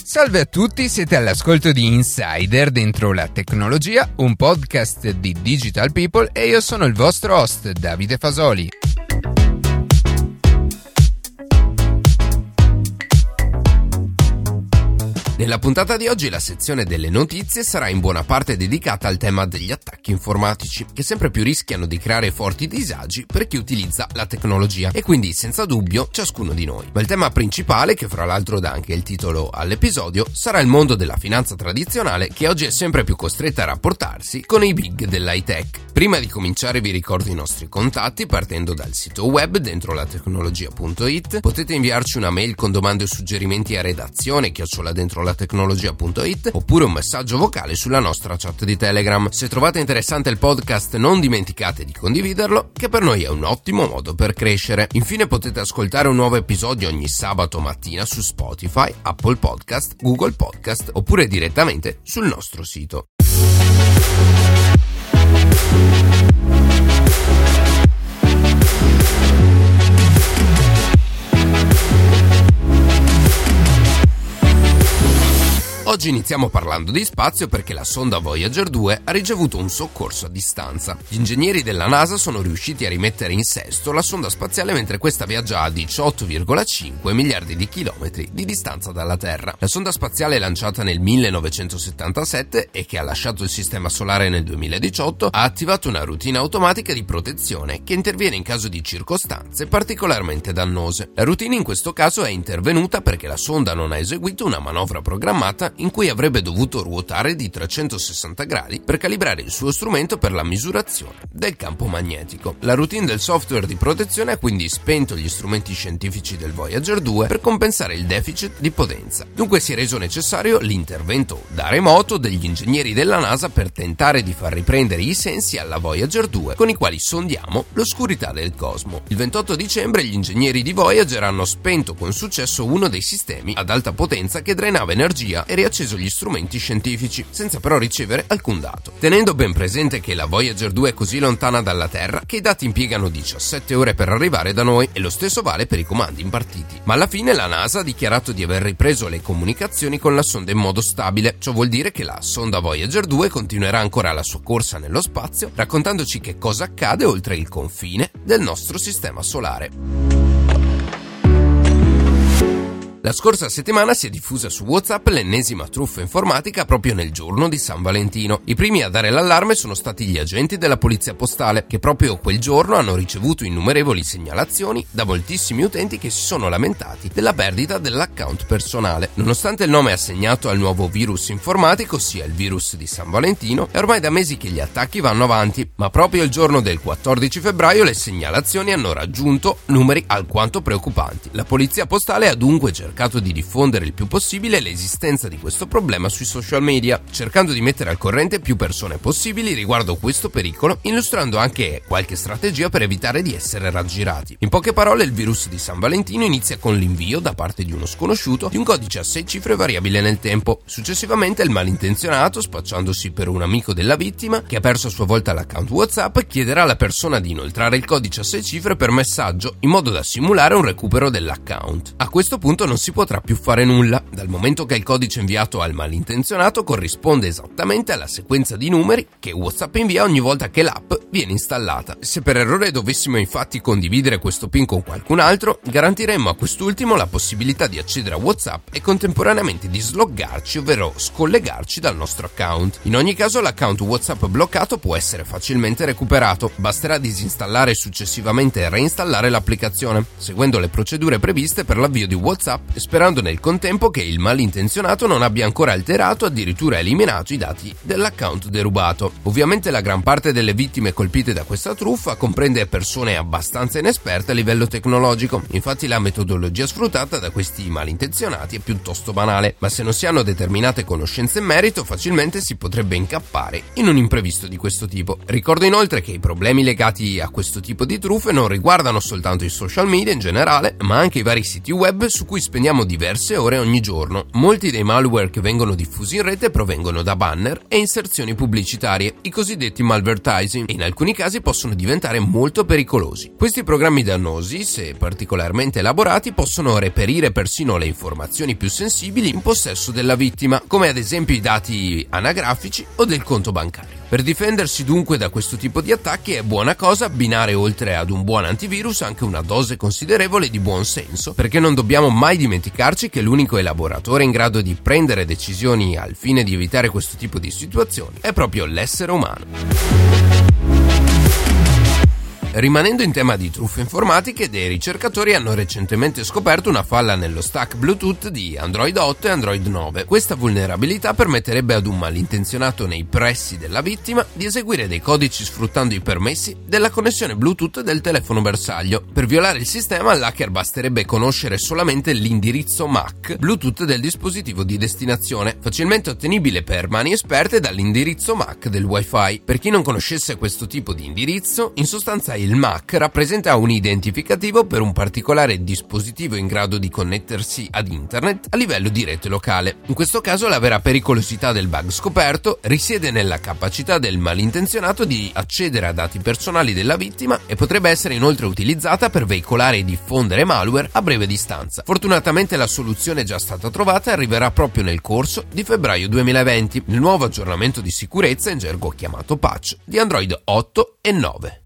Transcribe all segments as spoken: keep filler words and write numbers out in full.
Salve a tutti, siete all'ascolto di Insider dentro la tecnologia, un podcast di Digital People e io sono il vostro host Davide Fasoli. Nella puntata di oggi la sezione delle notizie sarà in buona parte dedicata al tema degli attacchi informatici, che sempre più rischiano di creare forti disagi per chi utilizza la tecnologia e quindi senza dubbio ciascuno di noi. Ma il tema principale, che fra l'altro dà anche il titolo all'episodio, sarà il mondo della finanza tradizionale, che oggi è sempre più costretta a rapportarsi con i big dell'high tech. Prima di cominciare vi ricordo i nostri contatti partendo dal sito web dentro la tecnologia punto it. Potete inviarci una mail con domande o suggerimenti a redazione chiocciola dentro la tecnologia punto it oppure un messaggio vocale sulla nostra chat di Telegram. Se trovate interessante il podcast non dimenticate di condividerlo, che per noi è un ottimo modo per crescere. Infine potete ascoltare un nuovo episodio ogni sabato mattina su Spotify, Apple Podcast, Google Podcast oppure direttamente sul nostro sito. Oggi iniziamo parlando di spazio perché la sonda Voyager due ha ricevuto un soccorso a distanza. Gli ingegneri della NASA sono riusciti a rimettere in sesto la sonda spaziale mentre questa viaggia a diciotto virgola cinque miliardi di chilometri di distanza dalla Terra. La sonda spaziale lanciata nel millenovecentosettantasette e che ha lasciato il sistema solare nel duemiladiciotto ha attivato una routine automatica di protezione che interviene in caso di circostanze particolarmente dannose. La routine in questo caso è intervenuta perché la sonda non ha eseguito una manovra programmata in cui avrebbe dovuto ruotare di trecentosessanta gradi per calibrare il suo strumento per la misurazione del campo magnetico. La routine del software di protezione ha quindi spento gli strumenti scientifici del Voyager due per compensare il deficit di potenza. Dunque si è reso necessario l'intervento da remoto degli ingegneri della NASA per tentare di far riprendere i sensi alla Voyager due, con i quali sondiamo l'oscurità del cosmo. Il ventotto dicembre gli ingegneri di Voyager hanno spento con successo uno dei sistemi ad alta potenza che drenava energia e acceso gli strumenti scientifici, senza però ricevere alcun dato. Tenendo ben presente che la Voyager due è così lontana dalla Terra che i dati impiegano diciassette ore per arrivare da noi e lo stesso vale per i comandi impartiti. Ma alla fine la NASA ha dichiarato di aver ripreso le comunicazioni con la sonda in modo stabile. Ciò vuol dire che la sonda Voyager due continuerà ancora la sua corsa nello spazio, raccontandoci che cosa accade oltre il confine del nostro sistema solare. La scorsa settimana si è diffusa su WhatsApp l'ennesima truffa informatica proprio nel giorno di San Valentino. I primi a dare l'allarme sono stati gli agenti della polizia postale, che proprio quel giorno hanno ricevuto innumerevoli segnalazioni da moltissimi utenti che si sono lamentati della perdita dell'account personale. Nonostante il nome assegnato al nuovo virus informatico sia il virus di San Valentino, è ormai da mesi che gli attacchi vanno avanti, ma proprio il giorno del quattordici febbraio le segnalazioni hanno raggiunto numeri alquanto preoccupanti. La polizia postale ha dunque cercato cercato di diffondere il più possibile l'esistenza di questo problema sui social media, cercando di mettere al corrente più persone possibili riguardo questo pericolo, illustrando anche qualche strategia per evitare di essere raggirati. In poche parole, il virus di San Valentino inizia con l'invio da parte di uno sconosciuto di un codice a sei cifre variabile nel tempo. Successivamente il malintenzionato, spacciandosi per un amico della vittima che ha perso a sua volta l'account WhatsApp, chiederà alla persona di inoltrare il codice a sei cifre per messaggio in modo da simulare un recupero dell'account. A questo punto non si potrà più fare nulla, dal momento che il codice inviato al malintenzionato corrisponde esattamente alla sequenza di numeri che WhatsApp invia ogni volta che l'app viene installata. Se per errore dovessimo infatti condividere questo PIN con qualcun altro, garantiremmo a quest'ultimo la possibilità di accedere a WhatsApp e contemporaneamente di sloggarci, ovvero scollegarci dal nostro account. In ogni caso l'account WhatsApp bloccato può essere facilmente recuperato, basterà disinstallare e successivamente reinstallare l'applicazione, seguendo le procedure previste per l'avvio di WhatsApp e sperando nel contempo che il malintenzionato non abbia ancora alterato, addirittura eliminato i dati dell'account derubato. Ovviamente la gran parte delle vittime colpite da questa truffa comprende persone abbastanza inesperte a livello tecnologico, infatti la metodologia sfruttata da questi malintenzionati è piuttosto banale, ma se non si hanno determinate conoscenze in merito facilmente si potrebbe incappare in un imprevisto di questo tipo. Ricordo inoltre che i problemi legati a questo tipo di truffe non riguardano soltanto i social media in generale, ma anche i vari siti web su cui spendiamo spendiamo diverse ore ogni giorno. Molti dei malware che vengono diffusi in rete provengono da banner e inserzioni pubblicitarie, i cosiddetti malvertising, e in alcuni casi possono diventare molto pericolosi. Questi programmi dannosi, se particolarmente elaborati, possono reperire persino le informazioni più sensibili in possesso della vittima, come ad esempio i dati anagrafici o del conto bancario. Per difendersi dunque da questo tipo di attacchi è buona cosa abbinare oltre ad un buon antivirus anche una dose considerevole di buon senso, perché non dobbiamo mai dimenticarci che l'unico elaboratore in grado di prendere decisioni al fine di evitare questo tipo di situazioni è proprio l'essere umano. Rimanendo in tema di truffe informatiche, dei ricercatori hanno recentemente scoperto una falla nello stack Bluetooth di Android otto e Android nove. Questa vulnerabilità permetterebbe ad un malintenzionato nei pressi della vittima di eseguire dei codici sfruttando i permessi della connessione Bluetooth del telefono bersaglio. Per violare il sistema, all'hacker basterebbe conoscere solamente l'indirizzo M A C Bluetooth del dispositivo di destinazione, facilmente ottenibile per mani esperte dall'indirizzo M A C del Wi-Fi. Per chi non conoscesse questo tipo di indirizzo, in sostanza il M A C rappresenta un identificativo per un particolare dispositivo in grado di connettersi ad internet a livello di rete locale. In questo caso la vera pericolosità del bug scoperto risiede nella capacità del malintenzionato di accedere a dati personali della vittima e potrebbe essere inoltre utilizzata per veicolare e diffondere malware a breve distanza. Fortunatamente la soluzione è già stata trovata e arriverà proprio nel corso di febbraio duemilaventi, nel nuovo aggiornamento di sicurezza, in gergo chiamato patch, di Android otto e nove.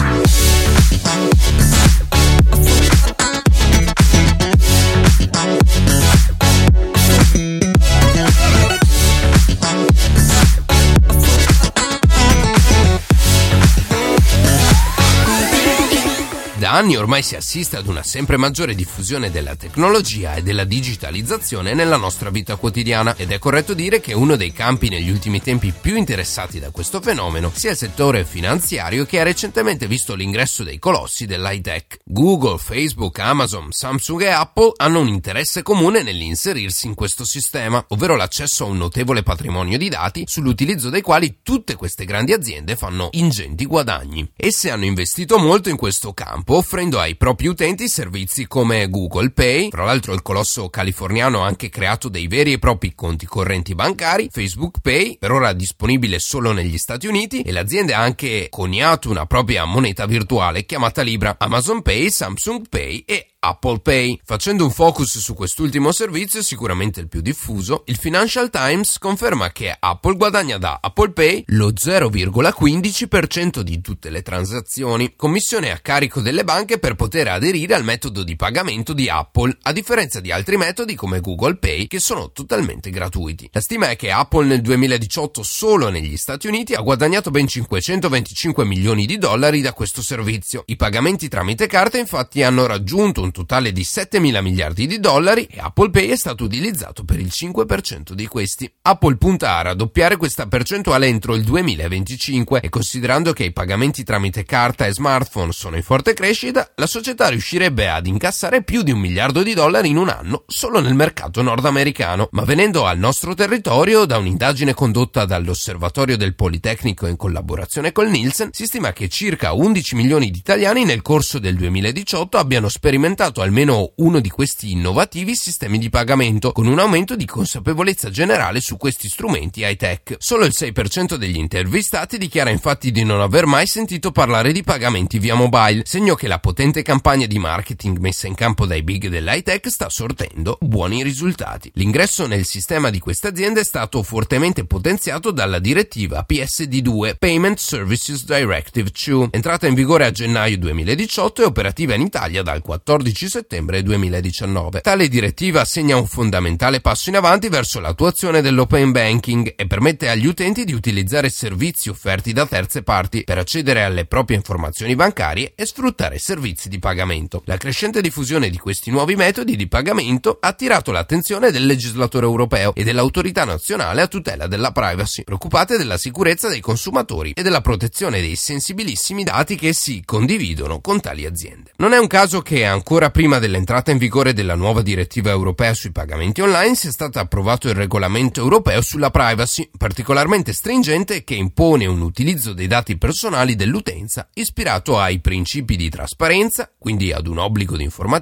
Da anni ormai si assiste ad una sempre maggiore diffusione della tecnologia e della digitalizzazione nella nostra vita quotidiana, ed è corretto dire che uno dei campi negli ultimi tempi più interessati da questo fenomeno sia il settore finanziario, che ha recentemente visto l'ingresso dei colossi dell'high tech. Google, Facebook, Amazon, Samsung e Apple hanno un interesse comune nell'inserirsi in questo sistema, ovvero l'accesso a un notevole patrimonio di dati sull'utilizzo dei quali tutte queste grandi aziende fanno ingenti guadagni. Esse hanno investito molto in questo campo, offrendo ai propri utenti servizi come Google Pay. Tra l'altro il colosso californiano ha anche creato dei veri e propri conti correnti bancari, Facebook Pay, per ora disponibile solo negli Stati Uniti, e l'azienda ha anche coniato una propria moneta virtuale chiamata Libra, Amazon Pay, Samsung Pay e Apple Pay. Facendo un focus su quest'ultimo servizio, sicuramente il più diffuso, il Financial Times conferma che Apple guadagna da Apple Pay lo zero virgola quindici per cento di tutte le transazioni, commissione a carico delle banche per poter aderire al metodo di pagamento di Apple, a differenza di altri metodi come Google Pay che sono totalmente gratuiti. La stima è che Apple nel duemiladiciotto solo negli Stati Uniti ha guadagnato ben cinquecentoventicinque milioni di dollari da questo servizio. I pagamenti tramite carta infatti hanno raggiunto un totale di settemila miliardi di dollari e Apple Pay è stato utilizzato per il cinque per cento di questi. Apple punta a raddoppiare questa percentuale entro il duemilaventicinque e, considerando che i pagamenti tramite carta e smartphone sono in forte crescita, la società riuscirebbe ad incassare più di un miliardo di dollari in un anno solo nel mercato nordamericano. Ma venendo al nostro territorio, da un'indagine condotta dall'Osservatorio del Politecnico in collaborazione col Nielsen, si stima che circa undici milioni di italiani nel corso del duemiladiciotto abbiano sperimentato almeno uno di questi innovativi sistemi di pagamento, con un aumento di consapevolezza generale su questi strumenti high tech. Solo il sei per cento degli intervistati dichiara infatti di non aver mai sentito parlare di pagamenti via mobile, segno che la potente campagna di marketing messa in campo dai big dell'high tech sta sortendo buoni risultati. L'ingresso nel sistema di queste aziende è stato fortemente potenziato dalla direttiva P S D due, Payment Services Directive due, entrata in vigore a gennaio duemiladiciotto e operativa in Italia dal quattordici settembre duemiladiciannove. Tale direttiva segna un fondamentale passo in avanti verso l'attuazione dell'open banking e permette agli utenti di utilizzare servizi offerti da terze parti per accedere alle proprie informazioni bancarie e sfruttare servizi di pagamento. La crescente diffusione di questi nuovi metodi di pagamento ha attirato l'attenzione del legislatore europeo e dell'autorità nazionale a tutela della privacy, preoccupate della sicurezza dei consumatori e della protezione dei sensibilissimi dati che si condividono con tali aziende. Non è un caso che ancora prima dell'entrata in vigore della nuova direttiva europea sui pagamenti online sia stato approvato il regolamento europeo sulla privacy, particolarmente stringente, che impone un utilizzo dei dati personali dell'utenza ispirato ai principi di trasparenza, quindi ad un obbligo di informativa,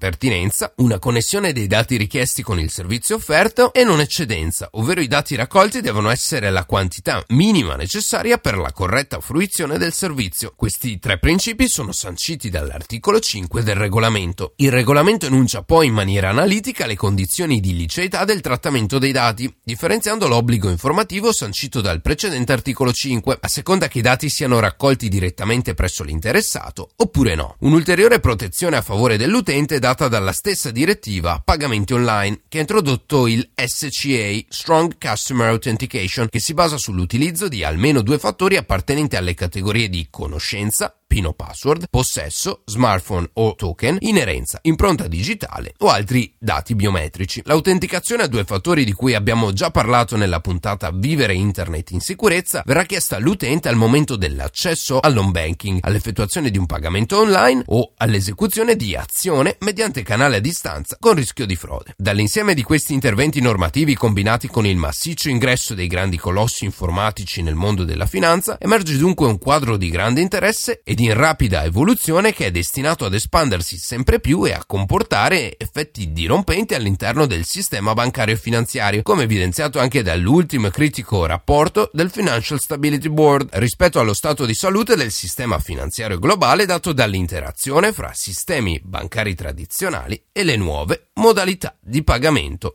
pertinenza, una connessione dei dati richiesti con il servizio offerto e non eccedenza, ovvero i dati raccolti devono essere la quantità minima necessaria per la corretta fruizione del servizio. Questi tre principi sono sanciti dall'articolo cinque del regolamento. Il regolamento enuncia poi in maniera analitica le condizioni di liceità del trattamento dei dati, differenziando l'obbligo informativo sancito dal precedente articolo cinque, a seconda che i dati siano raccolti direttamente presso l'interessato oppure no. Un'ulteriore protezione a favore dell'utente è data dalla stessa direttiva Pagamenti Online, che ha introdotto il S C A Strong Customer Authentication, che si basa sull'utilizzo di almeno due fattori appartenenti alle categorie di conoscenza, PIN o password, possesso, smartphone o token, inerenza, impronta digitale o altri dati biometrici. L'autenticazione a due fattori, di cui abbiamo già parlato nella puntata Vivere Internet in sicurezza, verrà chiesta all'utente al momento dell'accesso all'home banking, all'effettuazione di un pagamento online o all'esecuzione di azione mediante canale a distanza con rischio di frode. Dall'insieme di questi interventi normativi, combinati con il massiccio ingresso dei grandi colossi informatici nel mondo della finanza, emerge dunque un quadro di grande interesse ed in rapida evoluzione che è destinato ad espandersi sempre più e a comportare effetti dirompenti all'interno del sistema bancario e finanziario, come evidenziato anche dall'ultimo critico rapporto del Financial Stability Board rispetto allo stato di salute del sistema finanziario globale dato dall'interazione fra sistemi bancari tradizionali e le nuove modalità di pagamento.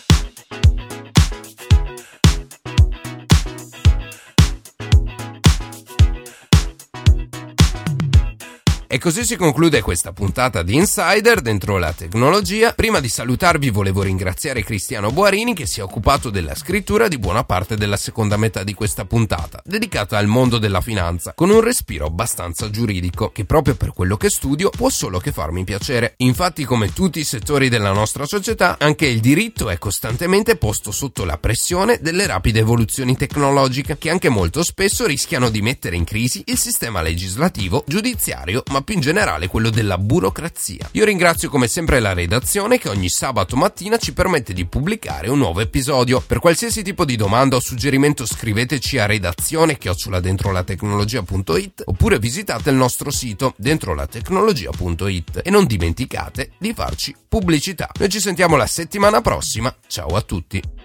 E così si conclude questa puntata di Insider dentro la tecnologia. Prima di salutarvi volevo ringraziare Cristiano Boarini, che si è occupato della scrittura di buona parte della seconda metà di questa puntata, dedicata al mondo della finanza, con un respiro abbastanza giuridico, che proprio per quello che studio può solo che farmi piacere. Infatti, come tutti i settori della nostra società, anche il diritto è costantemente posto sotto la pressione delle rapide evoluzioni tecnologiche, che anche molto spesso rischiano di mettere in crisi il sistema legislativo, giudiziario, ma più in generale quello della burocrazia. Io ringrazio come sempre la redazione, che ogni sabato mattina ci permette di pubblicare un nuovo episodio. Per qualsiasi tipo di domanda o suggerimento scriveteci a redazione chiocciola dentrolatecnologia punto it oppure visitate il nostro sito dentrolatecnologia punto it e non dimenticate di farci pubblicità. Noi ci sentiamo la settimana prossima. Ciao a tutti.